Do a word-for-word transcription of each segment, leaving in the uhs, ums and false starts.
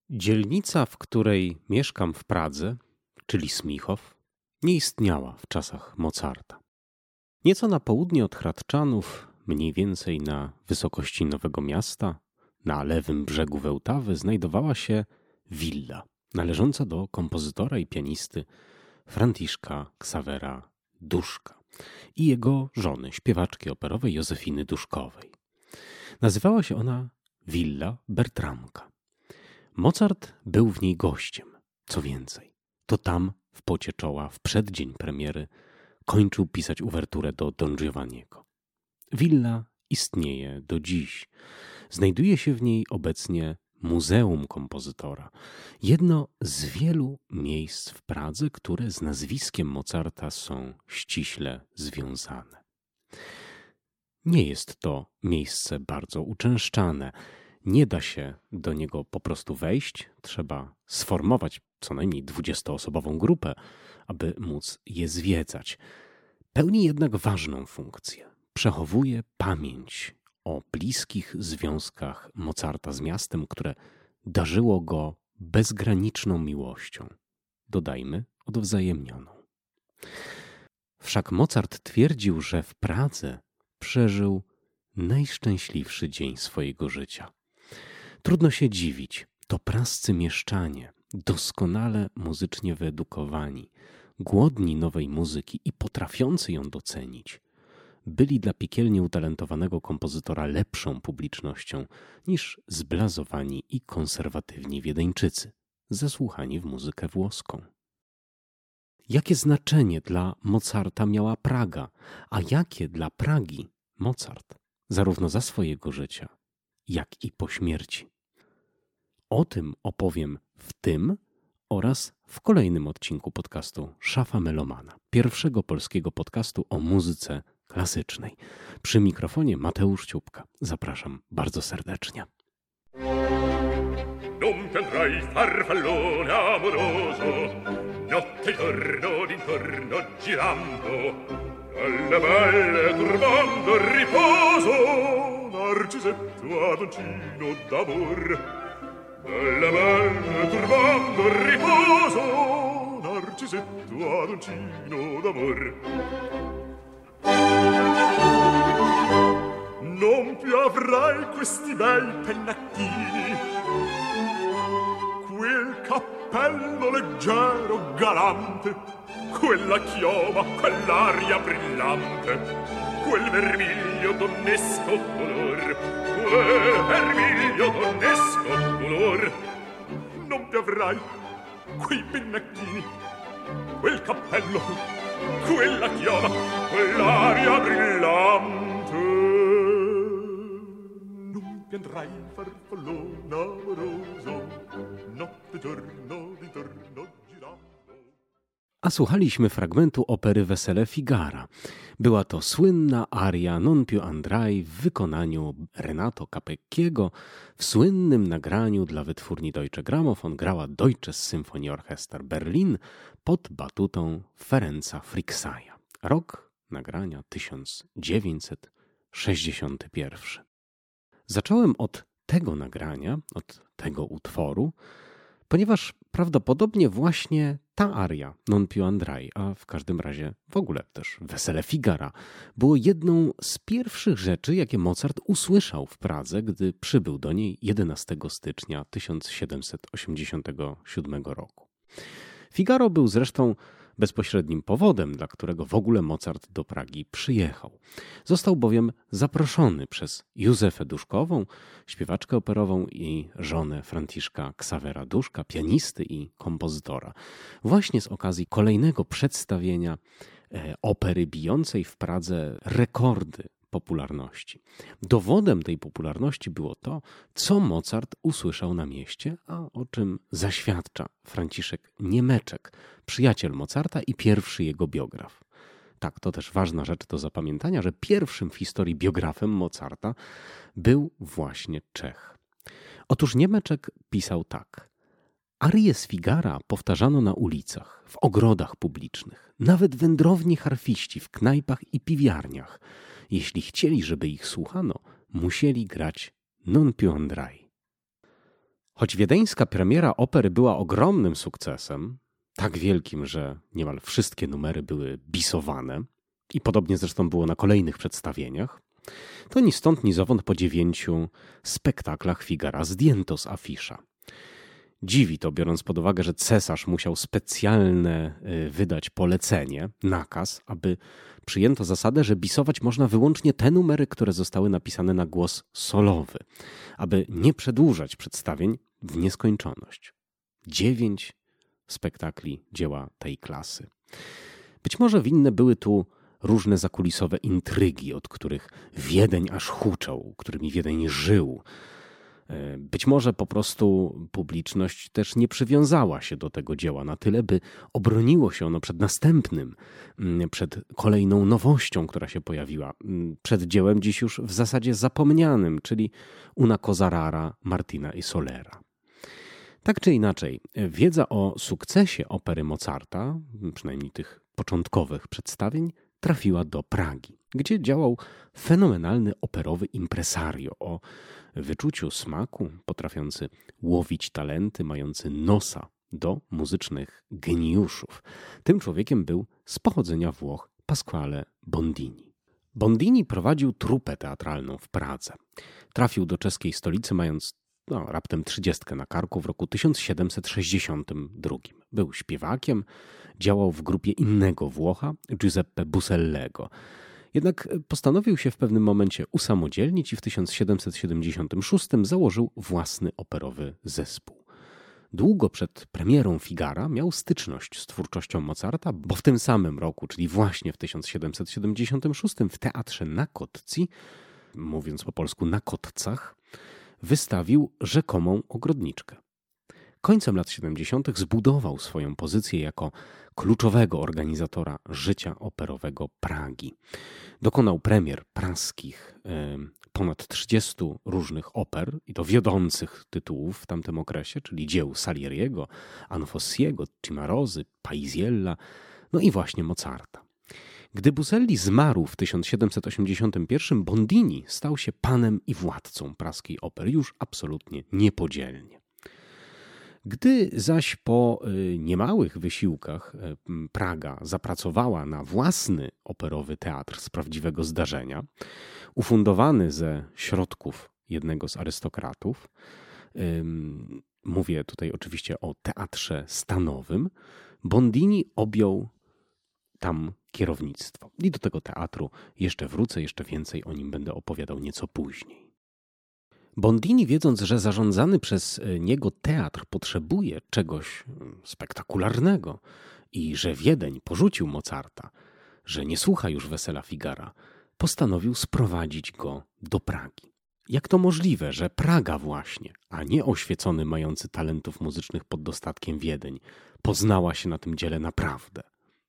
Dzielnica, w której mieszkam w Pradze, czyli Smichow, nie istniała w czasach Mozarta. Nieco na południe od Hradczanów, mniej więcej na wysokości Nowego Miasta, na lewym brzegu Wełtawy, znajdowała się willa należąca do kompozytora i pianisty Franciszka Ksawera Duszka i jego żony, śpiewaczki operowej Józefiny Duszkowej. Nazywała się ona Willa Bertramka. Mozart był w niej gościem. Co więcej, to tam w pocie czoła, w przeddzień premiery, kończył pisać uwerturę do Don Giovanniego. Willa istnieje do dziś. Znajduje się w niej obecnie Muzeum Kompozytora. Jedno z wielu miejsc w Pradze, które z nazwiskiem Mozarta są ściśle związane. Nie jest to miejsce bardzo uczęszczane. Nie da się do niego po prostu wejść. Trzeba sformować co najmniej dwudziestoosobową grupę, aby móc je zwiedzać. Pełni jednak ważną funkcję. Przechowuje pamięć o bliskich związkach Mozarta z miastem, które darzyło go bezgraniczną miłością. Dodajmy, odwzajemnioną. Wszak Mozart twierdził, że w Pradze przeżył najszczęśliwszy dzień swojego życia. Trudno się dziwić, to prascy mieszczanie, doskonale muzycznie wyedukowani, głodni nowej muzyki i potrafiący ją docenić, byli dla piekielnie utalentowanego kompozytora lepszą publicznością niż zblazowani i konserwatywni Wiedeńczycy, zasłuchani w muzykę włoską. Jakie znaczenie dla Mozarta miała Praga, a jakie dla Pragi Mozart, zarówno za swojego życia, jak i po śmierci? O tym opowiem w tym oraz w kolejnym odcinku podcastu Szafa Melomana, pierwszego polskiego podcastu o muzyce klasycznej. Przy mikrofonie Mateusz Ciupka. Zapraszam bardzo serdecznie. Non piantrai farfallone amoroso, notte e giorno d'intorno girando, alle belle turbando il riposo, Narcisetto Adoncino d'amor. Alle belle turbando il riposo, Narcisetto Adoncino d'amor. Non più avrai questi bei pennacchini, quel cappello leggero galante, quella chioma, quell'aria brillante, quel vermiglio donnesco color, quel vermiglio donnesco color. Non più avrai quei pennacchini, quel cappello, quella chioma, quell'aria brillante. Non più andrai farfallone amoroso, notte giorno d'intorno girando. A słuchaliśmy fragmentu opery Wesele Figara. Była to słynna aria Non più andrai w wykonaniu Renato Capecchiego. W słynnym nagraniu dla wytwórni Deutsche Grammophon grała Deutsches Symphonieorchester Berlin pod batutą Ferenca Fryksaja. Rok nagrania tysiąc dziewięćset sześćdziesiąty pierwszy. Zacząłem od tego nagrania, od tego utworu, ponieważ prawdopodobnie właśnie ta aria Non più andrai, a w każdym razie w ogóle też Wesele Figara, było jedną z pierwszych rzeczy, jakie Mozart usłyszał w Pradze, gdy przybył do niej jedenastego stycznia tysiąc siedemset osiemdziesiątego siódmego roku. Figaro był zresztą bezpośrednim powodem, dla którego w ogóle Mozart do Pragi przyjechał. Został bowiem zaproszony przez Józefę Duszkową, śpiewaczkę operową i żonę Franciszka Ksawera Duszka, pianisty i kompozytora, właśnie z okazji kolejnego przedstawienia opery bijącej w Pradze rekordy popularności. Dowodem tej popularności było to, co Mozart usłyszał na mieście, a o czym zaświadcza Franciszek Niemeczek, przyjaciel Mozarta i pierwszy jego biograf. Tak, to też ważna rzecz do zapamiętania, że pierwszym w historii biografem Mozarta był właśnie Czech. Otóż Niemeczek pisał tak. Arie z Figara powtarzano na ulicach, w ogrodach publicznych, nawet wędrowni harfiści w knajpach i piwiarniach. Jeśli chcieli, żeby ich słuchano, musieli grać Non più andrai. Choć wiedeńska premiera opery była ogromnym sukcesem, tak wielkim, że niemal wszystkie numery były bisowane i podobnie zresztą było na kolejnych przedstawieniach, to ni stąd, ni zowąd po dziewięciu spektaklach Figara zdjęto z afisza. Dziwi to, biorąc pod uwagę, że cesarz musiał specjalne wydać polecenie, nakaz, aby przyjęto zasadę, że bisować można wyłącznie te numery, które zostały napisane na głos solowy, aby nie przedłużać przedstawień w nieskończoność. Dziewięć spektakli dzieła tej klasy. Być może winne były tu różne zakulisowe intrygi, od których Wiedeń aż huczał, którymi Wiedeń żył. Być może po prostu publiczność też nie przywiązała się do tego dzieła na tyle, by obroniło się ono przed następnym, przed kolejną nowością, która się pojawiła, przed dziełem dziś już w zasadzie zapomnianym, czyli Una cosa rara Martina i Solera. Tak czy inaczej, wiedza o sukcesie opery Mozarta, przynajmniej tych początkowych przedstawień, trafiła do Pragi, gdzie działał fenomenalny operowy impresario o wyczuciu smaku, potrafiący łowić talenty, mający nosa do muzycznych geniuszów. Tym człowiekiem był z pochodzenia Włoch Pasquale Bondini. Bondini prowadził trupę teatralną w Pradze. Trafił do czeskiej stolicy mając no, raptem trzydziestkę na karku w roku tysiąc siedemset sześćdziesiątym drugim. Był śpiewakiem, działał w grupie innego Włocha, Giuseppe Busellego. Jednak postanowił się w pewnym momencie usamodzielnić i w tysiąc siedemset siedemdziesiątym szóstym założył własny operowy zespół. Długo przed premierą Figara miał styczność z twórczością Mozarta, bo w tym samym roku, czyli właśnie w tysiąc siedemset siedemdziesiątym szóstym w teatrze na Kotci, mówiąc po polsku na Kotcach, wystawił rzekomą ogrodniczkę. Końcem lat siedemdziesiątych zbudował swoją pozycję jako kluczowego organizatora życia operowego Pragi. Dokonał premier praskich ponad trzydziestu różnych oper i to wiodących tytułów w tamtym okresie, czyli dzieł Salieriego, Anfossiego, Cimarozy, Paisiella, no i właśnie Mozarta. Gdy Buselli zmarł w tysiąc siedemset osiemdziesiątym pierwszym, Bondini stał się panem i władcą praskiej opery już absolutnie niepodzielnie. Gdy zaś po niemałych wysiłkach Praga zapracowała na własny operowy teatr z prawdziwego zdarzenia, ufundowany ze środków jednego z arystokratów, mówię tutaj oczywiście o teatrze stanowym, Bondini objął tam kierownictwo. I do tego teatru jeszcze wrócę, jeszcze więcej o nim będę opowiadał nieco później. Bondini, wiedząc, że zarządzany przez niego teatr potrzebuje czegoś spektakularnego i że Wiedeń porzucił Mozarta, że nie słucha już wesela Figara, postanowił sprowadzić go do Pragi. Jak to możliwe, że Praga właśnie, a nie oświecony mający talentów muzycznych pod dostatkiem Wiedeń, poznała się na tym dziele naprawdę?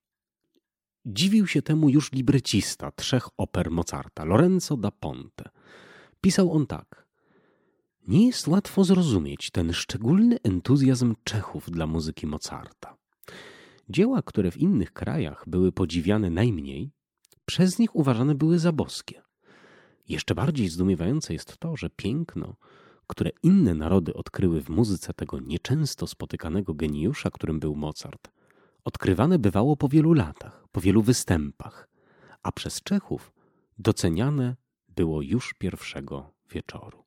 Dziwił się temu już librecista trzech oper Mozarta, Lorenzo da Ponte. Pisał on tak: nie jest łatwo zrozumieć ten szczególny entuzjazm Czechów dla muzyki Mozarta. Dzieła, które w innych krajach były podziwiane najmniej, przez nich uważane były za boskie. Jeszcze bardziej zdumiewające jest to, że piękno, które inne narody odkryły w muzyce tego nieczęsto spotykanego geniusza, którym był Mozart, odkrywane bywało po wielu latach, po wielu występach, a przez Czechów doceniane było już pierwszego wieczoru.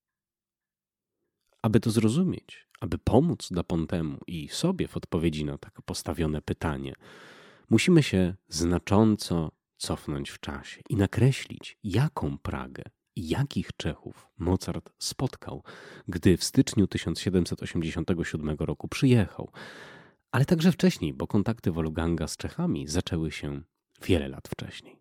Aby to zrozumieć, aby pomóc da Pontemu i sobie w odpowiedzi na tak postawione pytanie, musimy się znacząco cofnąć w czasie i nakreślić, jaką Pragę i jakich Czechów Mozart spotkał, gdy w styczniu tysiąc siedemset osiemdziesiątego siódmego roku przyjechał, ale także wcześniej, bo kontakty Wolfganga z Czechami zaczęły się wiele lat wcześniej.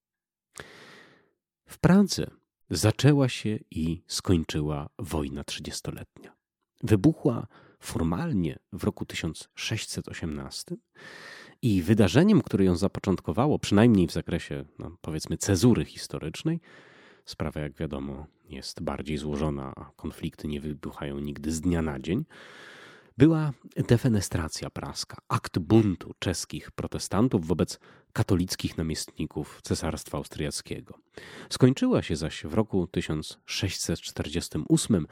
W Pradze zaczęła się i skończyła wojna trzydziestoletnia. Wybuchła formalnie w roku tysiąc sześćset osiemnastym i wydarzeniem, które ją zapoczątkowało, przynajmniej w zakresie, no, powiedzmy, cezury historycznej, sprawa, jak wiadomo, jest bardziej złożona, a konflikty nie wybuchają nigdy z dnia na dzień, była defenestracja praska, akt buntu czeskich protestantów wobec katolickich namiestników Cesarstwa Austriackiego. Skończyła się zaś w roku tysiąc sześćset czterdziestym ósmym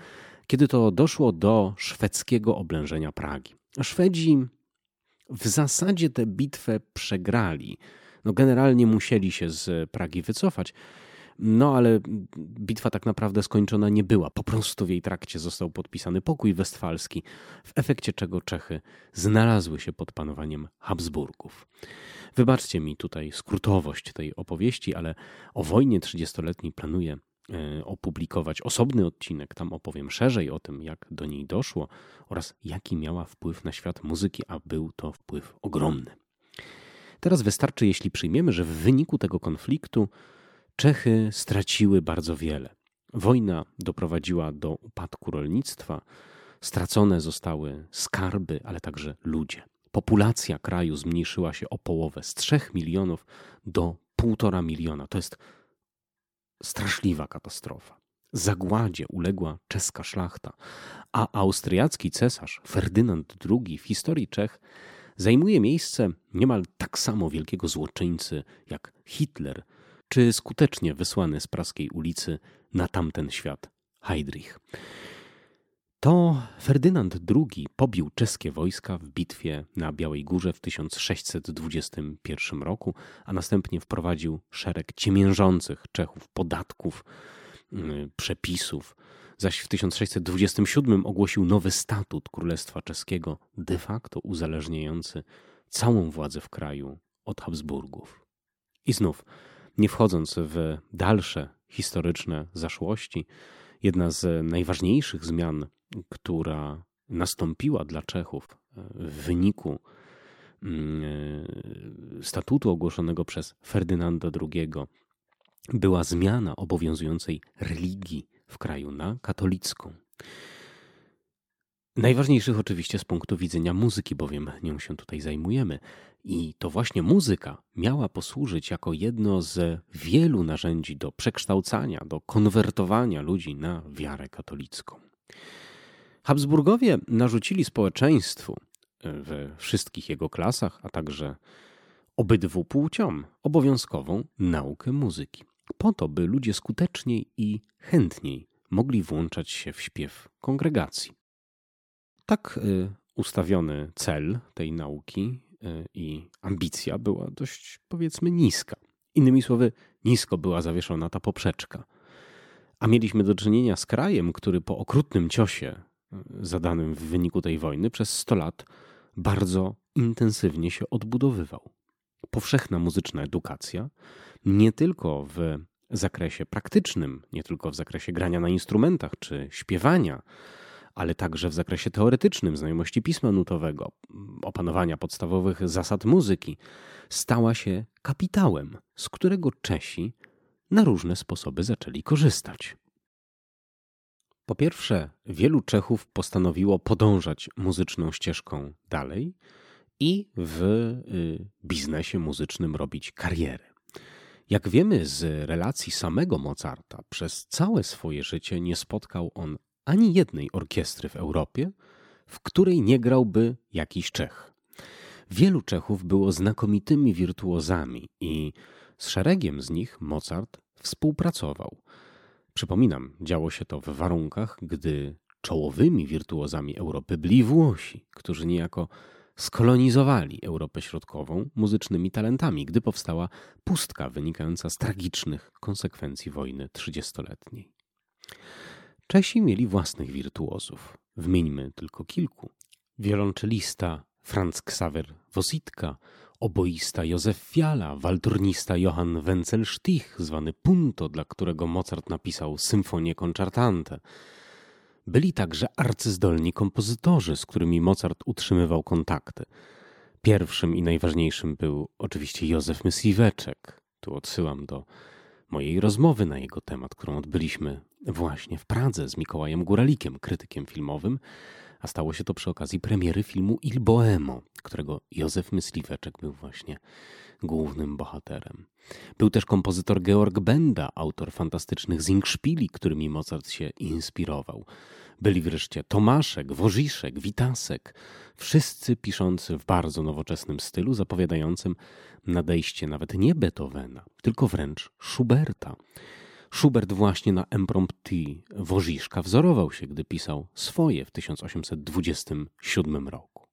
kiedy to doszło do szwedzkiego oblężenia Pragi. Szwedzi w zasadzie tę bitwę przegrali. No generalnie musieli się z Pragi wycofać, no ale bitwa tak naprawdę skończona nie była. Po prostu w jej trakcie został podpisany pokój westfalski, w efekcie czego Czechy znalazły się pod panowaniem Habsburgów. Wybaczcie mi tutaj skrótowość tej opowieści, ale o wojnie trzydziestoletniej planuję opublikować osobny odcinek. Tam opowiem szerzej o tym, jak do niej doszło oraz jaki miała wpływ na świat muzyki, a był to wpływ ogromny. Teraz wystarczy, jeśli przyjmiemy, że w wyniku tego konfliktu Czechy straciły bardzo wiele. Wojna doprowadziła do upadku rolnictwa, stracone zostały skarby, ale także ludzie. Populacja kraju zmniejszyła się o połowę, z trzech milionów do półtora miliona. To jest straszliwa katastrofa. Zagładzie uległa czeska szlachta, a austriacki cesarz Ferdynand drugi w historii Czech zajmuje miejsce niemal tak samo wielkiego złoczyńcy jak Hitler, czy skutecznie wysłany z praskiej ulicy na tamten świat Heydrich. To Ferdynand drugi pobił czeskie wojska w bitwie na Białej Górze w tysiąc sześćset dwudziestym pierwszym roku, a następnie wprowadził szereg ciemiężących Czechów podatków, przepisów, zaś w tysiąc sześćset dwudziestym siódmym ogłosił nowy statut Królestwa Czeskiego, de facto uzależniający całą władzę w kraju od Habsburgów. I znów, nie wchodząc w dalsze historyczne zaszłości, jedna z najważniejszych zmian, która nastąpiła dla Czechów w wyniku statutu ogłoszonego przez Ferdynanda drugiego, była zmiana obowiązującej religii w kraju na katolicką. Najważniejszych oczywiście z punktu widzenia muzyki, bowiem nią się tutaj zajmujemy. I to właśnie muzyka miała posłużyć jako jedno z wielu narzędzi do przekształcania, do konwertowania ludzi na wiarę katolicką. Habsburgowie narzucili społeczeństwu we wszystkich jego klasach, a także obydwu płciom obowiązkową naukę muzyki, po to, by ludzie skuteczniej i chętniej mogli włączać się w śpiew kongregacji. Tak ustawiony cel tej nauki i ambicja była dość, powiedzmy, niska. Innymi słowy, nisko była zawieszona ta poprzeczka. A mieliśmy do czynienia z krajem, który po okrutnym ciosie zadanym w wyniku tej wojny przez sto lat bardzo intensywnie się odbudowywał. Powszechna muzyczna edukacja, nie tylko w zakresie praktycznym, nie tylko w zakresie grania na instrumentach czy śpiewania, ale także w zakresie teoretycznym, znajomości pisma nutowego, opanowania podstawowych zasad muzyki, stała się kapitałem, z którego Czesi na różne sposoby zaczęli korzystać. Po pierwsze, wielu Czechów postanowiło podążać muzyczną ścieżką dalej i w biznesie muzycznym robić karierę. Jak wiemy z relacji samego Mozarta, przez całe swoje życie nie spotkał on ani jednej orkiestry w Europie, w której nie grałby jakiś Czech. Wielu Czechów było znakomitymi wirtuozami i z szeregiem z nich Mozart współpracował. Przypominam, działo się to w warunkach, gdy czołowymi wirtuozami Europy byli Włosi, którzy niejako skolonizowali Europę Środkową muzycznymi talentami, gdy powstała pustka wynikająca z tragicznych konsekwencji wojny trzydziestoletniej. Czesi mieli własnych wirtuozów. Wymieńmy tylko kilku. Wiolonczelista Franz Xaver Wositka, oboista Józef Fiala, walturnista Johann Wenzel-Stich, zwany Punto, dla którego Mozart napisał symfonię concertante. Byli także arcyzdolni kompozytorzy, z którymi Mozart utrzymywał kontakty. Pierwszym i najważniejszym był oczywiście Józef Mysliveček. Tu odsyłam do mojej rozmowy na jego temat, którą odbyliśmy właśnie w Pradze z Mikołajem Góralikiem, krytykiem filmowym, a stało się to przy okazji premiery filmu Il Boemo, którego Józef Mysliveček był właśnie głównym bohaterem. Był też kompozytor Georg Benda, autor fantastycznych Singspieli, którymi Mozart się inspirował. Byli wreszcie Tomaszek, Woziszek, Witasek, wszyscy piszący w bardzo nowoczesnym stylu, zapowiadającym nadejście nawet nie Beethovena, tylko wręcz Schuberta. Schubert właśnie na impromptu Woziszka wzorował się, gdy pisał swoje w tysiąc osiemset dwudziestym siódmym roku.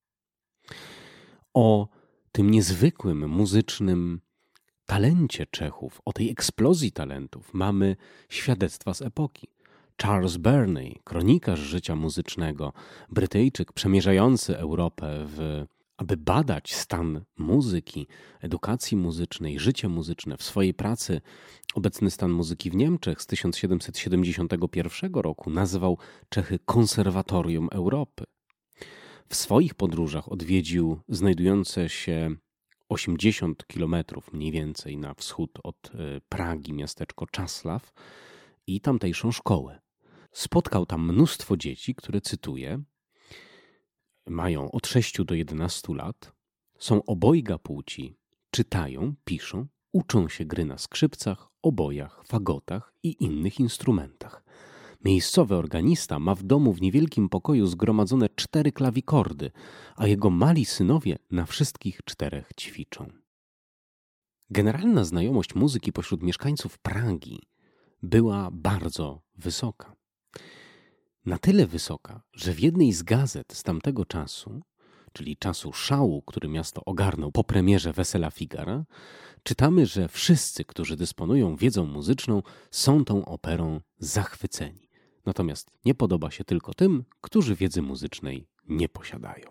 O tym niezwykłym muzycznym talencie Czechów, o tej eksplozji talentów mamy świadectwa z epoki. Charles Burney, kronikarz życia muzycznego, Brytyjczyk przemierzający Europę, w, aby badać stan muzyki, edukacji muzycznej, życie muzyczne w swojej pracy. Obecny stan muzyki w Niemczech z tysiąc siedemset siedemdziesiątego pierwszego roku nazywał Czechy konserwatorium Europy. W swoich podróżach odwiedził znajdujące się osiemdziesiąt kilometrów mniej więcej na wschód od Pragi miasteczko Czaslaw i tamtejszą szkołę. Spotkał tam mnóstwo dzieci, które, cytuję, mają od sześciu do jedenastu lat, są obojga płci, czytają, piszą, uczą się gry na skrzypcach, obojach, fagotach i innych instrumentach. Miejscowy organista ma w domu w niewielkim pokoju zgromadzone cztery klawikordy, a jego mali synowie na wszystkich czterech ćwiczą. Generalna znajomość muzyki pośród mieszkańców Pragi była bardzo wysoka. Na tyle wysoka, że w jednej z gazet z tamtego czasu, czyli czasu szału, który miasto ogarnął po premierze Wesela Figara, czytamy, że wszyscy, którzy dysponują wiedzą muzyczną, są tą operą zachwyceni. Natomiast nie podoba się tylko tym, którzy wiedzy muzycznej nie posiadają.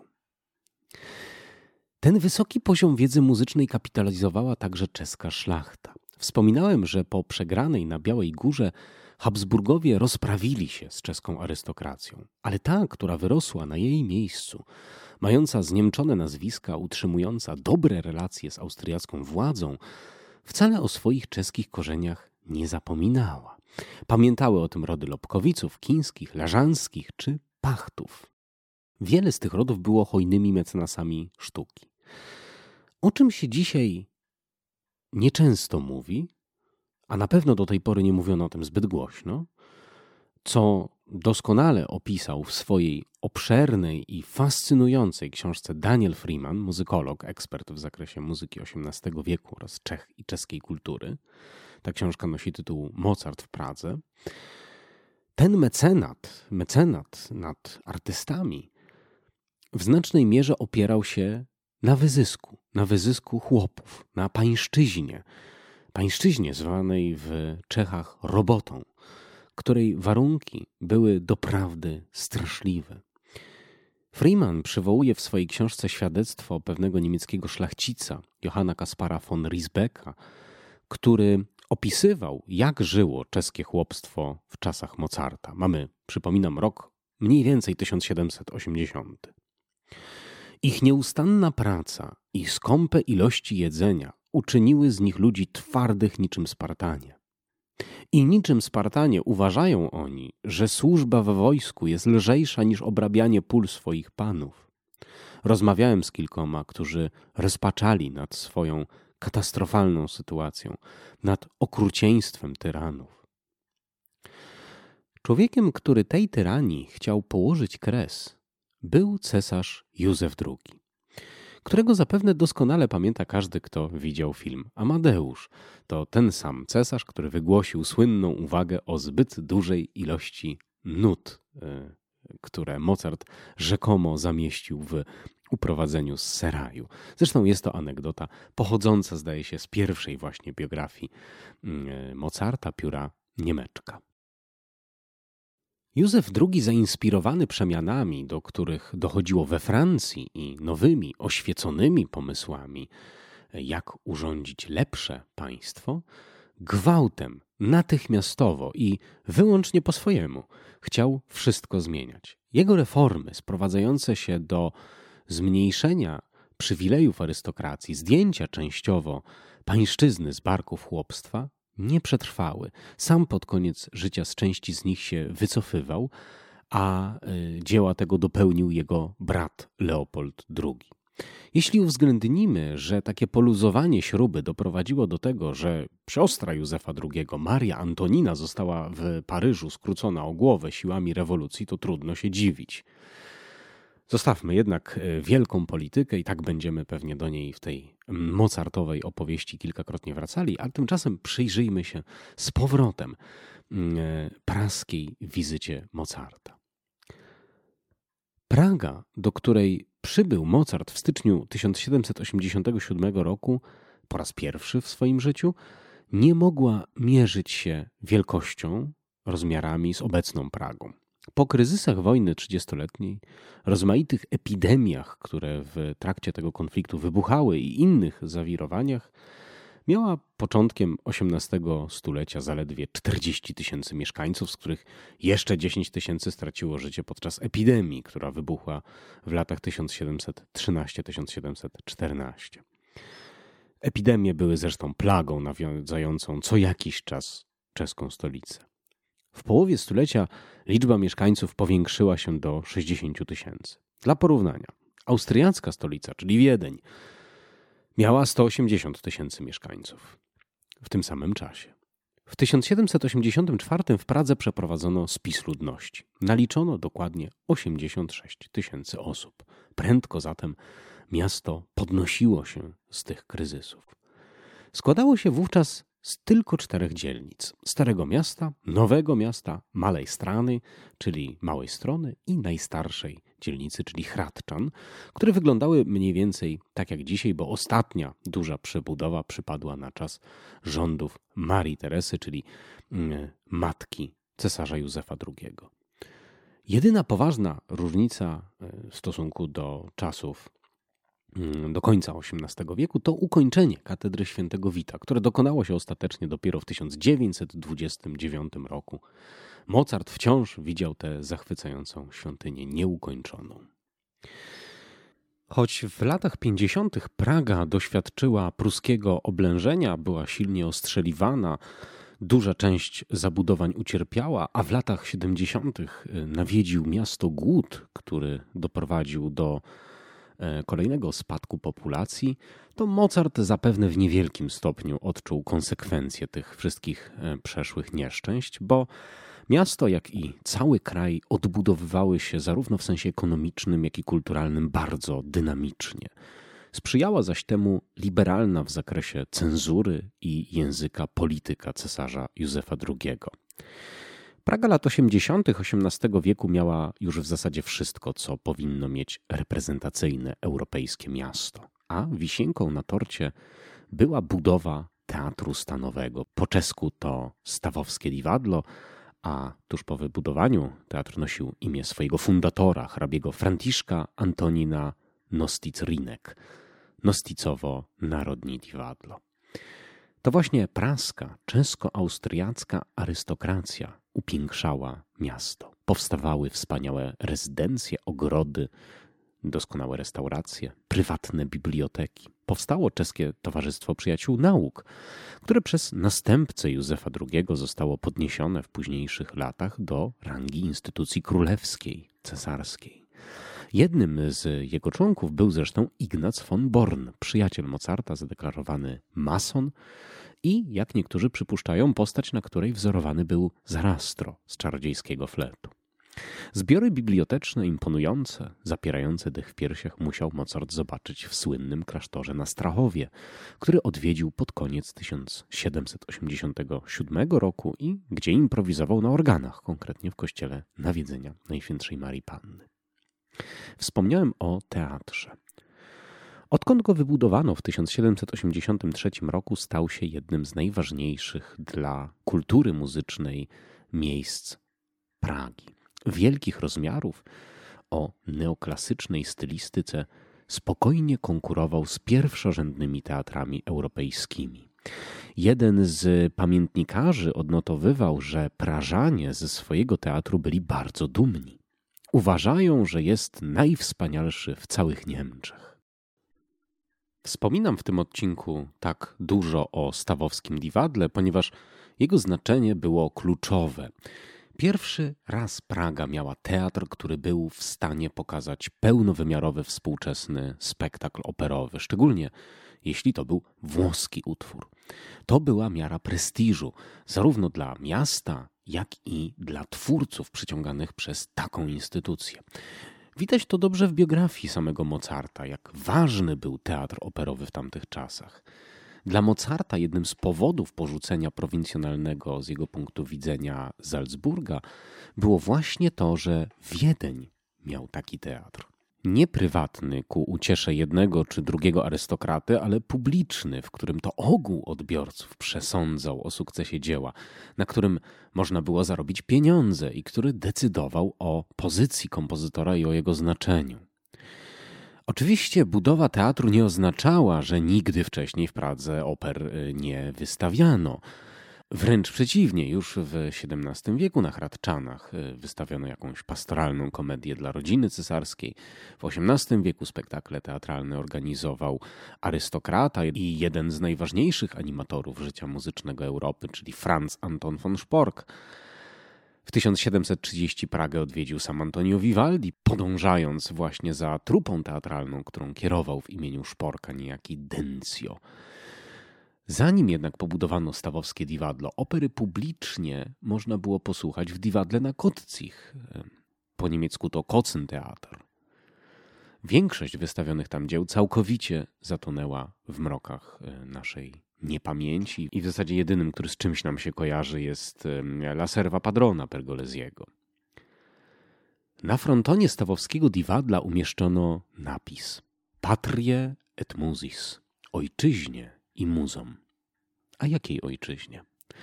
Ten wysoki poziom wiedzy muzycznej kapitalizowała także czeska szlachta. Wspominałem, że po przegranej na Białej Górze Habsburgowie rozprawili się z czeską arystokracją, ale ta, która wyrosła na jej miejscu, mająca zniemczone nazwiska, utrzymująca dobre relacje z austriacką władzą, wcale o swoich czeskich korzeniach nie zapominała. Pamiętały o tym rody Lobkowiców, Kińskich, Lażanskich czy Pachtów. Wiele z tych rodów było hojnymi mecenasami sztuki. O czym się dzisiaj nieczęsto mówi, a na pewno do tej pory nie mówiono o tym zbyt głośno, co doskonale opisał w swojej obszernej i fascynującej książce Daniel Freeman, muzykolog, ekspert w zakresie muzyki osiemnastego wieku oraz Czech i czeskiej kultury. Ta książka nosi tytuł Mozart w Pradze. Ten mecenat, mecenat nad artystami w znacznej mierze opierał się na wyzysku, na wyzysku chłopów, na pańszczyźnie, pańszczyźnie zwanej w Czechach robotą, której warunki były doprawdy straszliwe. Freeman przywołuje w swojej książce świadectwo pewnego niemieckiego szlachcica, Johanna Kaspara von Riesbecka, który opisywał, jak żyło czeskie chłopstwo w czasach Mozarta. Mamy, przypominam, rok mniej więcej tysiąc siedemset osiemdziesiąty. Ich nieustanna praca i skąpe ilości jedzenia uczyniły z nich ludzi twardych niczym Spartanie. I niczym Spartanie uważają oni, że służba w wojsku jest lżejsza niż obrabianie pól swoich panów. Rozmawiałem z kilkoma, którzy rozpaczali nad swoją katastrofalną sytuacją, nad okrucieństwem tyranów. Człowiekiem, który tej tyranii chciał położyć kres, był cesarz Józef drugi, którego zapewne doskonale pamięta każdy, kto widział film Amadeusz. To ten sam cesarz, który wygłosił słynną uwagę o zbyt dużej ilości nut, które Mozart rzekomo zamieścił w uprowadzeniu z seraju. Zresztą jest to anegdota pochodząca, zdaje się, z pierwszej właśnie biografii Mozarta, pióra Niemeczka. Józef drugi, zainspirowany przemianami, do których dochodziło we Francji i nowymi, oświeconymi pomysłami, jak urządzić lepsze państwo, gwałtem, natychmiastowo i wyłącznie po swojemu chciał wszystko zmieniać. Jego reformy sprowadzające się do zmniejszenia przywilejów arystokracji, zdjęcia częściowo pańszczyzny z barków chłopstwa, nie przetrwały. Sam pod koniec życia z części z nich się wycofywał, a dzieła tego dopełnił jego brat Leopold drugi. Jeśli uwzględnimy, że takie poluzowanie śruby doprowadziło do tego, że siostra Józefa drugiego, Maria Antonina, została w Paryżu skrócona o głowę siłami rewolucji, to trudno się dziwić. Zostawmy jednak wielką politykę i tak będziemy pewnie do niej w tej mozartowej opowieści kilkakrotnie wracali, a tymczasem przyjrzyjmy się z powrotem praskiej wizycie Mozarta. Praga, do której przybył Mozart w styczniu tysiąc siedemset osiemdziesiątego siódmego roku po raz pierwszy w swoim życiu, nie mogła mierzyć się wielkością, rozmiarami z obecną Pragą. Po kryzysach wojny trzydziestoletniej, rozmaitych epidemiach, które w trakcie tego konfliktu wybuchały i innych zawirowaniach, miała początkiem osiemnastego stulecia zaledwie czterdzieści tysięcy mieszkańców, z których jeszcze dziesięć tysięcy straciło życie podczas epidemii, która wybuchła w latach tysiąc siedemset trzynaście do tysiąc siedemset czternaście. Epidemie były zresztą plagą nawiedzającą co jakiś czas czeską stolicę. W połowie stulecia liczba mieszkańców powiększyła się do sześćdziesięciu tysięcy. Dla porównania, austriacka stolica, czyli Wiedeń, miała sto osiemdziesiąt tysięcy mieszkańców w tym samym czasie. W tysiąc siedemset osiemdziesiątym czwartym w Pradze przeprowadzono spis ludności. Naliczono dokładnie osiemdziesiąt sześć tysięcy osób. Prędko zatem miasto podnosiło się z tych kryzysów. Składało się wówczas z tylko czterech dzielnic. Starego Miasta, Nowego Miasta, Malej Strany, czyli Małej Strony i najstarszej dzielnicy, czyli Hradczan, które wyglądały mniej więcej tak jak dzisiaj, bo ostatnia duża przebudowa przypadła na czas rządów Marii Teresy, czyli matki cesarza Józefa drugiego. Jedyna poważna różnica w stosunku do czasów do końca osiemnastego wieku to ukończenie katedry świętego Wita, które dokonało się ostatecznie dopiero w tysiąc dziewięćset dwudziestym dziewiątym roku. Mozart wciąż widział tę zachwycającą świątynię nieukończoną. Choć w latach pięćdziesiątych Praga doświadczyła pruskiego oblężenia, była silnie ostrzeliwana, duża część zabudowań ucierpiała, a w latach siedemdziesiątych nawiedził miasto głód, który doprowadził do kolejnego spadku populacji, to Mozart zapewne w niewielkim stopniu odczuł konsekwencje tych wszystkich przeszłych nieszczęść, bo miasto, jak i cały kraj odbudowywały się zarówno w sensie ekonomicznym, jak i kulturalnym bardzo dynamicznie. Sprzyjała zaś temu liberalna w zakresie cenzury i języka polityka cesarza Józefa drugiego. Praga lat osiemdziesiątych osiemnastego wieku miała już w zasadzie wszystko, co powinno mieć reprezentacyjne europejskie miasto. A wisienką na torcie była budowa Teatru Stanowego. Po czesku to Stawowskie Divadlo, a tuż po wybudowaniu teatr nosił imię swojego fundatora, hrabiego Franciszka Antonina Nostic-Rinek, Nosticowo-Narodni Divadlo. To właśnie praska, czesko-austriacka arystokracja upiększała miasto. Powstawały wspaniałe rezydencje, ogrody, doskonałe restauracje, prywatne biblioteki. Powstało czeskie Towarzystwo Przyjaciół Nauk, które przez następcę Józefa drugiego zostało podniesione w późniejszych latach do rangi instytucji królewskiej, cesarskiej. Jednym z jego członków był zresztą Ignac von Born, przyjaciel Mozarta, zadeklarowany mason i, jak niektórzy przypuszczają, postać, na której wzorowany był Zarastro z Czarodziejskiego Fletu. Zbiory biblioteczne imponujące, zapierające dech w piersiach musiał Mozart zobaczyć w słynnym klasztorze na Strachowie, który odwiedził pod koniec tysiąc siedemset osiemdziesiątego siódmego roku i gdzie improwizował na organach, konkretnie w kościele Nawiedzenia Najświętszej Marii Panny. Wspomniałem o teatrze. Odkąd go wybudowano w tysiąc siedemset osiemdziesiątym trzecim roku, stał się jednym z najważniejszych dla kultury muzycznej miejsc Pragi. Wielkich rozmiarów, o neoklasycznej stylistyce, spokojnie konkurował z pierwszorzędnymi teatrami europejskimi. Jeden z pamiętnikarzy odnotowywał, że Prażanie ze swojego teatru byli bardzo dumni. Uważają, że jest najwspanialszy w całych Niemczech. Wspominam w tym odcinku tak dużo o Stawowskim Divadle, ponieważ jego znaczenie było kluczowe. Pierwszy raz Praga miała teatr, który był w stanie pokazać pełnowymiarowy, współczesny spektakl operowy, szczególnie jeśli to był włoski utwór. To była miara prestiżu, zarówno dla miasta, jak i dla twórców przyciąganych przez taką instytucję. Widać to dobrze w biografii samego Mozarta, jak ważny był teatr operowy w tamtych czasach. Dla Mozarta jednym z powodów porzucenia prowincjonalnego z jego punktu widzenia Salzburga było właśnie to, że Wiedeń miał taki teatr. Nie prywatny ku uciesze jednego czy drugiego arystokraty, ale publiczny, w którym to ogół odbiorców przesądzał o sukcesie dzieła, na którym można było zarobić pieniądze i który decydował o pozycji kompozytora i o jego znaczeniu. Oczywiście budowa teatru nie oznaczała, że nigdy wcześniej w Pradze oper nie wystawiano. Wręcz przeciwnie, już w siedemnastym wieku na Hradczanach wystawiono jakąś pastoralną komedię dla rodziny cesarskiej. W osiemnastym wieku spektakle teatralne organizował arystokrata i jeden z najważniejszych animatorów życia muzycznego Europy, czyli Franz Anton von Spork. W tysiąc siedemset trzydziestym Pragę odwiedził sam Antonio Vivaldi, podążając właśnie za trupą teatralną, którą kierował w imieniu Sporka niejaki Dencio. Zanim jednak pobudowano stawowskie Diwadlo, opery publicznie można było posłuchać w Diwadle na Kotzich. Po niemiecku to Kotzentheater. Większość wystawionych tam dzieł całkowicie zatonęła w mrokach naszej niepamięci i w zasadzie jedynym, który z czymś nam się kojarzy, jest La Serva Padrona Pergolesiego. Na frontonie stawowskiego Diwadla umieszczono napis Patrie et Musis, ojczyźnie i muzom. A jakiej ojczyźnie?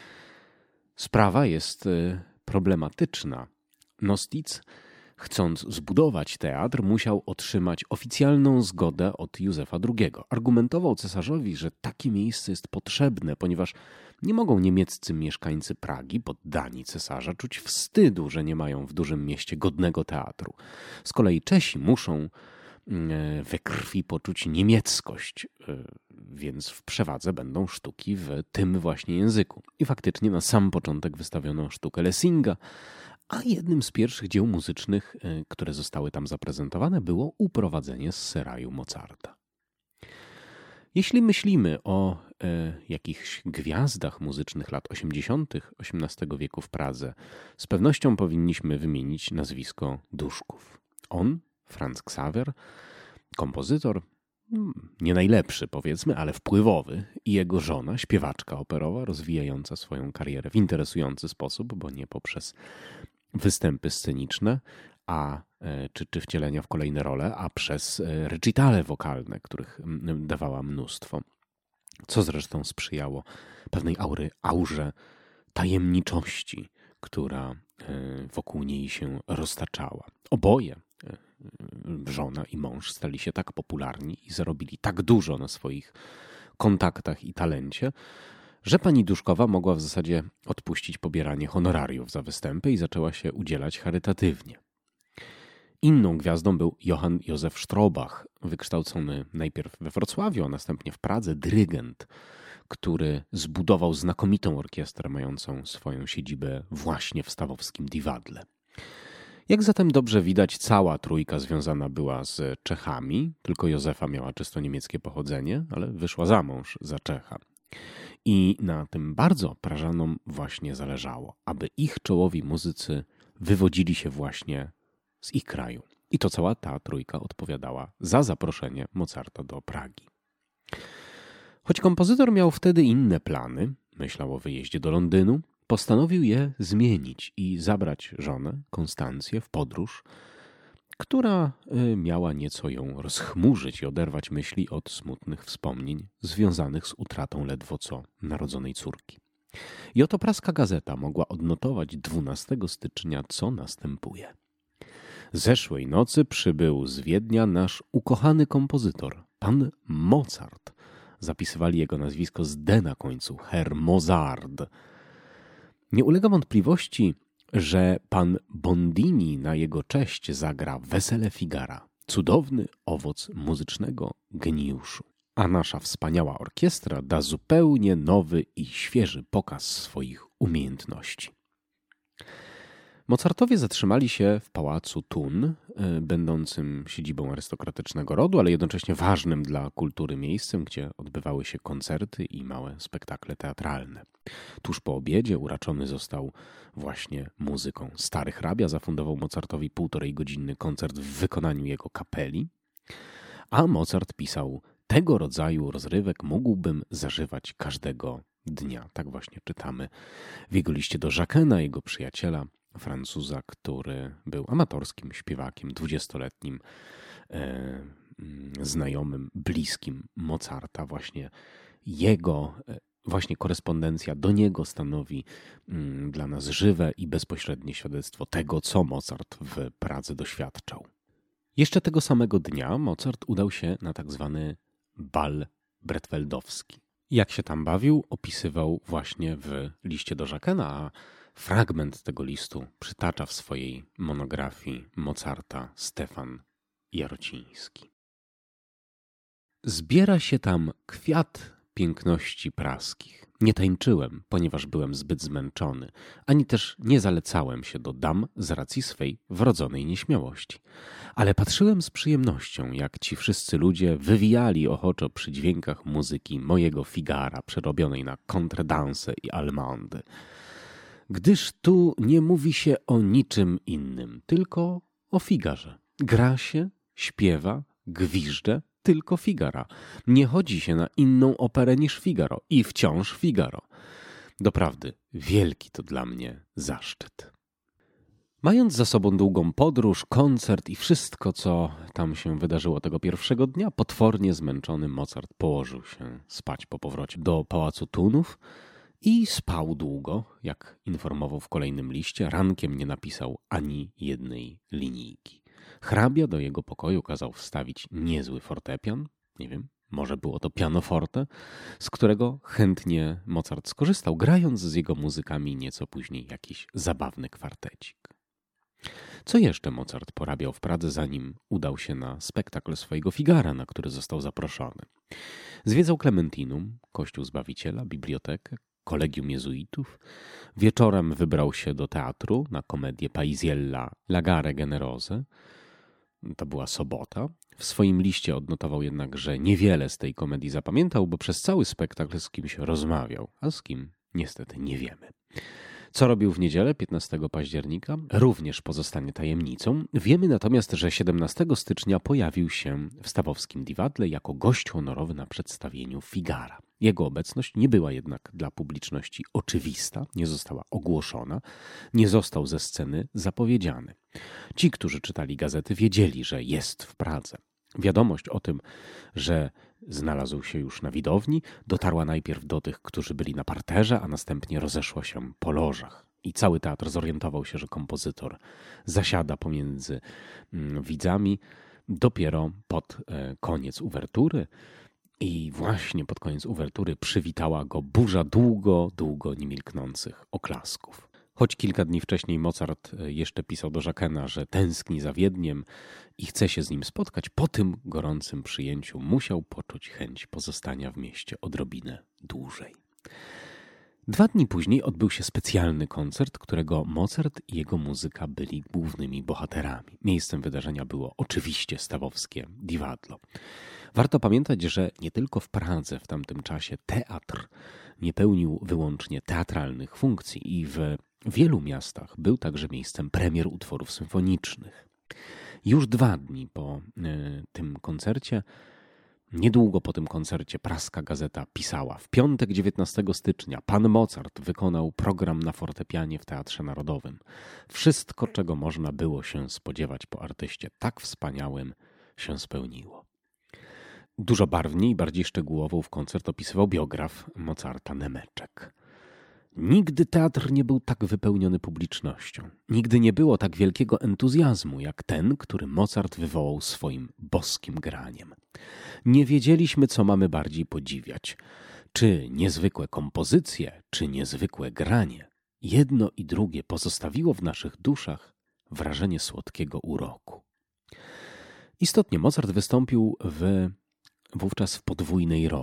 Sprawa jest problematyczna. Nostitz, chcąc zbudować teatr, musiał otrzymać oficjalną zgodę od Józefa drugiego. Argumentował cesarzowi, że takie miejsce jest potrzebne, ponieważ nie mogą niemieccy mieszkańcy Pragi, poddani cesarza, czuć wstydu, że nie mają w dużym mieście godnego teatru. Z kolei Czesi muszą we krwi poczuć niemieckość, więc w przewadze będą sztuki w tym właśnie języku. I faktycznie na sam początek wystawiono sztukę Lessinga, a jednym z pierwszych dzieł muzycznych, które zostały tam zaprezentowane, było Uprowadzenie z Seraju Mozarta. Jeśli myślimy o e, jakichś gwiazdach muzycznych lat osiemdziesiątych osiemnastego wieku w Pradze, z pewnością powinniśmy wymienić nazwisko Duszków. On, Franz Xaver, kompozytor, nie najlepszy powiedzmy, ale wpływowy, i jego żona, śpiewaczka operowa, rozwijająca swoją karierę w interesujący sposób, bo nie poprzez występy sceniczne, a czy, czy wcielenia w kolejne role, a przez recitale wokalne, których dawała mnóstwo, co zresztą sprzyjało pewnej aury, aurze tajemniczości, która wokół niej się roztaczała. Oboje, żona i mąż, stali się tak popularni i zarobili tak dużo na swoich kontaktach i talencie, że pani Duszkowa mogła w zasadzie odpuścić pobieranie honorariów za występy i zaczęła się udzielać charytatywnie. Inną gwiazdą był Johann Józef Strobach, wykształcony najpierw we Wrocławiu, a następnie w Pradze, dyrygent, który zbudował znakomitą orkiestrę mającą swoją siedzibę właśnie w stawowskim Diwadle. Jak zatem dobrze widać, cała trójka związana była z Czechami, tylko Józefa miała czysto niemieckie pochodzenie, ale wyszła za mąż za Czecha. I na tym bardzo Prażanom właśnie zależało, aby ich czołowi muzycy wywodzili się właśnie z ich kraju. I to cała ta trójka odpowiadała za zaproszenie Mozarta do Pragi. Choć kompozytor miał wtedy inne plany, myślał o wyjeździe do Londynu, postanowił je zmienić i zabrać żonę, Konstancję, w podróż, która miała nieco ją rozchmurzyć i oderwać myśli od smutnych wspomnień związanych z utratą ledwo co narodzonej córki. I oto praska gazeta mogła odnotować dwunastego stycznia, co następuje. Zeszłej nocy przybył z Wiednia nasz ukochany kompozytor, pan Mozart. Zapisywali jego nazwisko z D na końcu, Herr Mozart. Nie ulega wątpliwości, że pan Bondini na jego cześć zagra Wesele Figara, cudowny owoc muzycznego geniuszu. A nasza wspaniała orkiestra da zupełnie nowy i świeży pokaz swoich umiejętności. Mozartowie zatrzymali się w pałacu Thun, będącym siedzibą arystokratycznego rodu, ale jednocześnie ważnym dla kultury miejscem, gdzie odbywały się koncerty i małe spektakle teatralne. Tuż po obiedzie uraczony został właśnie muzyką. Stary hrabia zafundował Mozartowi półtorej godzinny koncert w wykonaniu jego kapeli, a Mozart pisał: tego rodzaju rozrywek mógłbym zażywać każdego dnia. Tak właśnie czytamy w jego liście do Jacques'a, jego przyjaciela, Francuza, który był amatorskim śpiewakiem, dwudziestoletnim e, znajomym, bliskim Mozarta. Właśnie jego, właśnie korespondencja do niego stanowi mm, dla nas żywe i bezpośrednie świadectwo tego, co Mozart w Pradze doświadczał. Jeszcze tego samego dnia Mozart udał się na tak zwany bal bretfeldowski. Jak się tam bawił, opisywał właśnie w liście do Jacques'a, a fragment tego listu przytacza w swojej monografii Mozarta Stefan Jarociński. Zbiera się tam kwiat piękności praskich. Nie tańczyłem, ponieważ byłem zbyt zmęczony, ani też nie zalecałem się do dam z racji swej wrodzonej nieśmiałości. Ale patrzyłem z przyjemnością, jak ci wszyscy ludzie wywijali ochoczo przy dźwiękach muzyki mojego Figara, przerobionej na contredanse i allemande. Gdyż tu nie mówi się o niczym innym, tylko o Figarze. Gra się, śpiewa, gwiżdże, tylko Figara. Nie chodzi się na inną operę niż Figaro i wciąż Figaro. Doprawdy, wielki to dla mnie zaszczyt. Mając za sobą długą podróż, koncert i wszystko, co tam się wydarzyło tego pierwszego dnia, potwornie zmęczony Mozart położył się spać po powrocie do pałacu Thunów i spał długo, jak informował w kolejnym liście. Rankiem nie napisał ani jednej linijki. Hrabia do jego pokoju kazał wstawić niezły fortepian, nie wiem, może było to pianoforte, z którego chętnie Mozart skorzystał, grając z jego muzykami nieco później jakiś zabawny kwartecik. Co jeszcze Mozart porabiał w Pradze, zanim udał się na spektakl swojego Figara, na który został zaproszony? Zwiedzał Clementinum, kościół Zbawiciela, bibliotekę, kolegium jezuitów. Wieczorem wybrał się do teatru na komedię Paisiella La Gare Generose. To była sobota. W swoim liście odnotował jednak, że niewiele z tej komedii zapamiętał, bo przez cały spektakl z kimś rozmawiał, a z kim niestety nie wiemy. Co robił w niedzielę, piętnastego października, również pozostanie tajemnicą. Wiemy natomiast, że siedemnastego stycznia pojawił się w stawowskim Diwadle jako gość honorowy na przedstawieniu Figara. Jego obecność nie była jednak dla publiczności oczywista, nie została ogłoszona, nie został ze sceny zapowiedziany. Ci, którzy czytali gazety, wiedzieli, że jest w Pradze. Wiadomość o tym, że znalazł się już na widowni, dotarła najpierw do tych, którzy byli na parterze, a następnie rozeszła się po lożach. I cały teatr zorientował się, że kompozytor zasiada pomiędzy widzami dopiero pod koniec uwertury. I właśnie pod koniec uwertury przywitała go burza długo, długo niemilknących oklasków. Choć kilka dni wcześniej Mozart jeszcze pisał do Jacques'a, że tęskni za Wiedniem i chce się z nim spotkać, po tym gorącym przyjęciu musiał poczuć chęć pozostania w mieście odrobinę dłużej. Dwa dni później odbył się specjalny koncert, którego Mozart i jego muzyka byli głównymi bohaterami. Miejscem wydarzenia było oczywiście stawowskie Diwadlo. Warto pamiętać, że nie tylko w Pradze w tamtym czasie teatr nie pełnił wyłącznie teatralnych funkcji i w wielu miastach był także miejscem premier utworów symfonicznych. Już dwa dni po y, tym koncercie, niedługo po tym koncercie praska gazeta pisała: w piątek dziewiętnastego stycznia pan Mozart wykonał program na fortepianie w Teatrze Narodowym. Wszystko, czego można było się spodziewać po artyście tak wspaniałym, się spełniło. Dużo barwniej i bardziej szczegółowo w koncert opisywał biograf Mozarta Nemeczek. Nigdy teatr nie był tak wypełniony publicznością. Nigdy nie było tak wielkiego entuzjazmu, jak ten, który Mozart wywołał swoim boskim graniem. Nie wiedzieliśmy, co mamy bardziej podziwiać. Czy niezwykłe kompozycje, czy niezwykłe granie. Jedno i drugie pozostawiło w naszych duszach wrażenie słodkiego uroku. Istotnie Mozart wystąpił w, wówczas w podwójnej roli.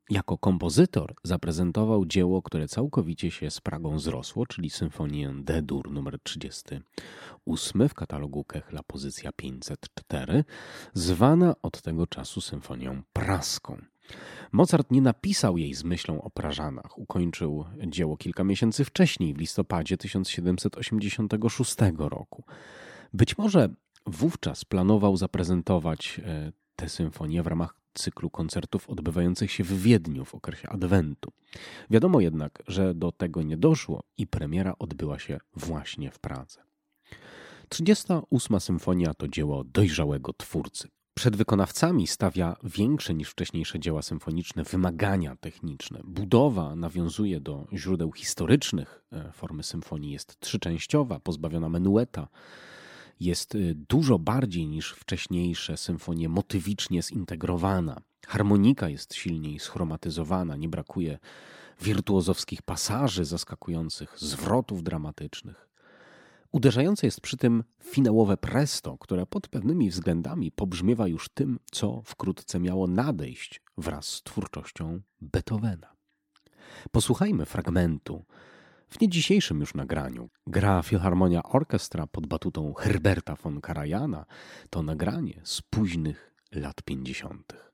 Jako kompozytor zaprezentował dzieło, które całkowicie się z Pragą zrosło, czyli symfonię D-dur nr trzydziesty ósmy w katalogu Kechla pozycja pięćset cztery, zwana od tego czasu symfonią praską. Mozart nie napisał jej z myślą o Prażanach. Ukończył dzieło kilka miesięcy wcześniej, w listopadzie tysiąc siedemset osiemdziesiątego szóstego roku. Być może wówczas planował zaprezentować tę symfonię w ramach cyklu koncertów odbywających się w Wiedniu w okresie Adwentu. Wiadomo jednak, że do tego nie doszło i premiera odbyła się właśnie w Pradze. trzydziesta ósma symfonia to dzieło dojrzałego twórcy. Przed wykonawcami stawia większe niż wcześniejsze dzieła symfoniczne wymagania techniczne. Budowa nawiązuje do źródeł historycznych formy symfonii. Jest trzyczęściowa, pozbawiona menueta. Jest dużo bardziej niż wcześniejsze symfonie motywicznie zintegrowana. Harmonika jest silniej schromatyzowana, nie brakuje wirtuozowskich pasaży zaskakujących, zwrotów dramatycznych. Uderzające jest przy tym finałowe presto, które pod pewnymi względami pobrzmiewa już tym, co wkrótce miało nadejść wraz z twórczością Beethovena. Posłuchajmy fragmentu. W nie dzisiejszym już nagraniu gra Philharmonia Orchestra pod batutą Herberta von Karajana. To nagranie z późnych lat pięćdziesiątych.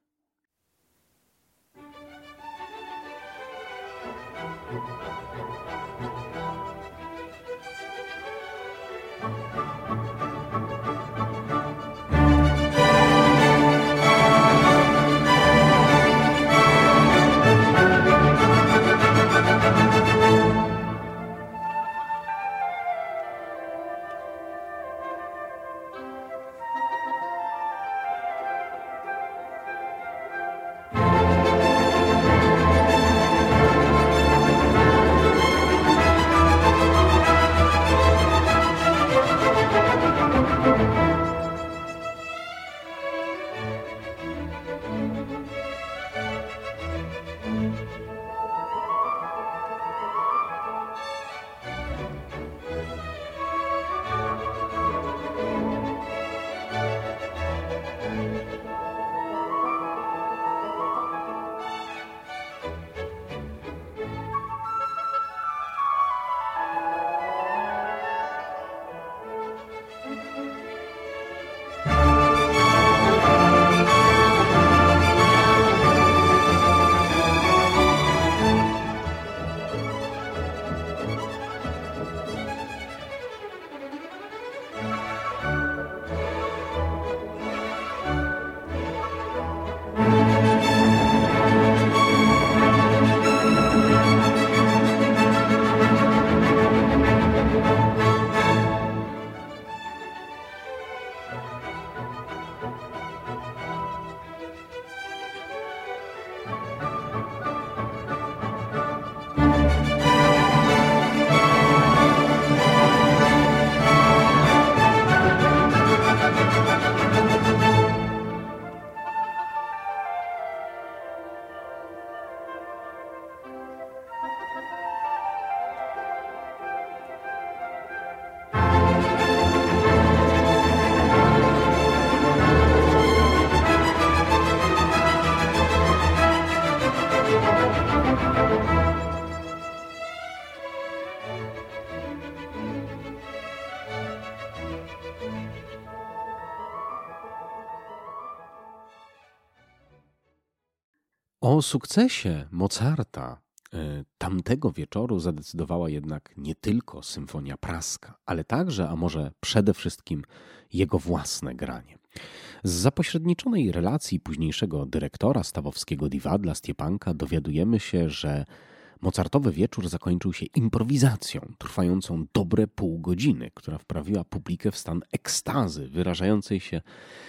O sukcesie Mozarta tamtego wieczoru zadecydowała jednak nie tylko symfonia praska, ale także, a może przede wszystkim, jego własne granie. Z zapośredniczonej relacji późniejszego dyrektora stawowskiego Divadla Stiepanka dowiadujemy się, że Mozartowy wieczór zakończył się improwizacją trwającą dobre pół godziny, która wprawiła publikę w stan ekstazy wyrażającej się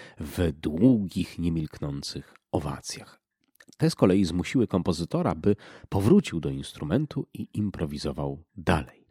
w długich, niemilknących owacjach. Te z kolei zmusiły kompozytora, by powrócił do instrumentu i improwizował dalej.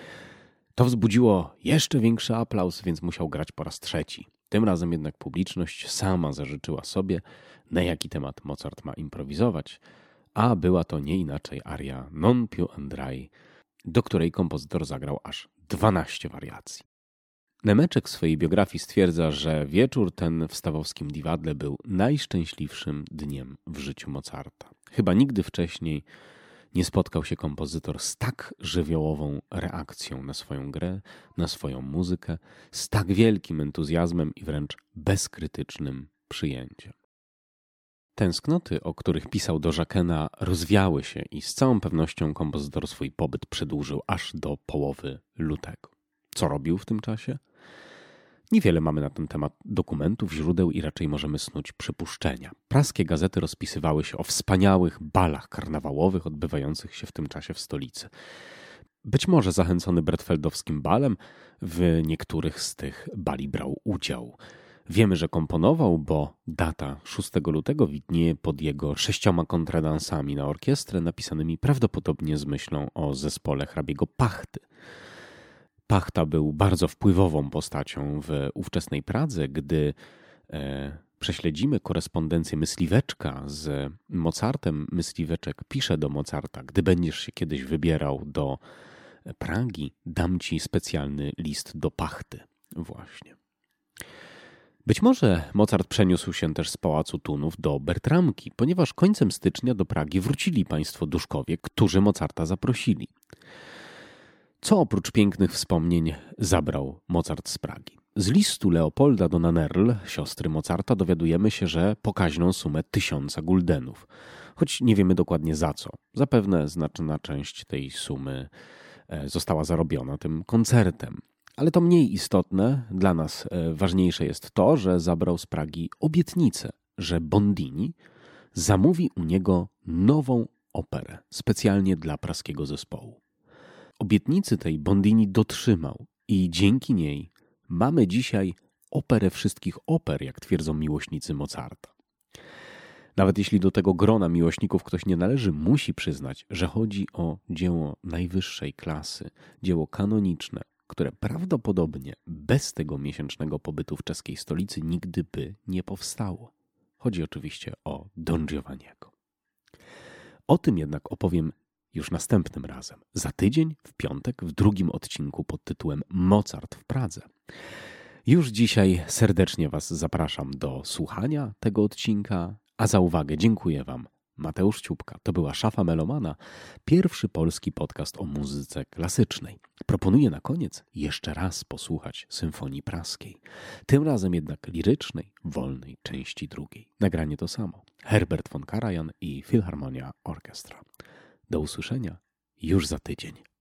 To wzbudziło jeszcze większy aplauz, więc musiał grać po raz trzeci. Tym razem jednak publiczność sama zażyczyła sobie, na jaki temat Mozart ma improwizować, a była to nie inaczej aria Non più andrai, do której kompozytor zagrał aż dwanaście wariacji. Nemeczek w swojej biografii stwierdza, że wieczór ten w stawowskim Divadle był najszczęśliwszym dniem w życiu Mozarta. Chyba nigdy wcześniej nie spotkał się kompozytor z tak żywiołową reakcją na swoją grę, na swoją muzykę, z tak wielkim entuzjazmem i wręcz bezkrytycznym przyjęciem. Tęsknoty, o których pisał do Jacquena, rozwiały się i z całą pewnością kompozytor swój pobyt przedłużył aż do połowy lutego. Co robił w tym czasie? Niewiele mamy na ten temat dokumentów, źródeł i raczej możemy snuć przypuszczenia. Praskie gazety rozpisywały się o wspaniałych balach karnawałowych odbywających się w tym czasie w stolicy. Być może zachęcony bretfeldowskim balem w niektórych z tych bali brał udział. Wiemy, że komponował, bo data szóstego lutego widnieje pod jego sześcioma kontradansami na orkiestrę napisanymi prawdopodobnie z myślą o zespole hrabiego Pachty. Pachta był bardzo wpływową postacią w ówczesnej Pradze. Gdy e, prześledzimy korespondencję Myśliweczka z Mozartem, Myśliweczek pisze do Mozarta: gdy będziesz się kiedyś wybierał do Pragi, dam ci specjalny list do Pachty. Właśnie. Być może Mozart przeniósł się też z Pałacu Thunów do Bertramki, ponieważ końcem stycznia do Pragi wrócili państwo Duszkowie, którzy Mozarta zaprosili. Co oprócz pięknych wspomnień zabrał Mozart z Pragi? Z listu Leopolda do Nannerl, siostry Mozarta, dowiadujemy się, że pokaźną sumę tysiąca guldenów. Choć nie wiemy dokładnie za co. Zapewne znaczna część tej sumy została zarobiona tym koncertem. Ale to mniej istotne, dla nas ważniejsze jest to, że zabrał z Pragi obietnicę, że Bondini zamówi u niego nową operę, specjalnie dla praskiego zespołu. Obietnicy tej Bondini dotrzymał i dzięki niej mamy dzisiaj operę wszystkich oper, jak twierdzą miłośnicy Mozarta. Nawet jeśli do tego grona miłośników ktoś nie należy, musi przyznać, że chodzi o dzieło najwyższej klasy, dzieło kanoniczne, które prawdopodobnie bez tego miesięcznego pobytu w czeskiej stolicy nigdy by nie powstało. Chodzi oczywiście o Don Giovanniego. O tym jednak opowiem już następnym razem. Za tydzień, w piątek, w drugim odcinku pod tytułem Mozart w Pradze. Już dzisiaj serdecznie Was zapraszam do słuchania tego odcinka, a za uwagę dziękuję Wam. Mateusz Ciupka. To była Szafa Melomana, pierwszy polski podcast o muzyce klasycznej. Proponuję na koniec jeszcze raz posłuchać Symfonii Praskiej. Tym razem jednak lirycznej, wolnej części drugiej. Nagranie to samo. Herbert von Karajan i Philharmonia Orchestra. Do usłyszenia już za tydzień.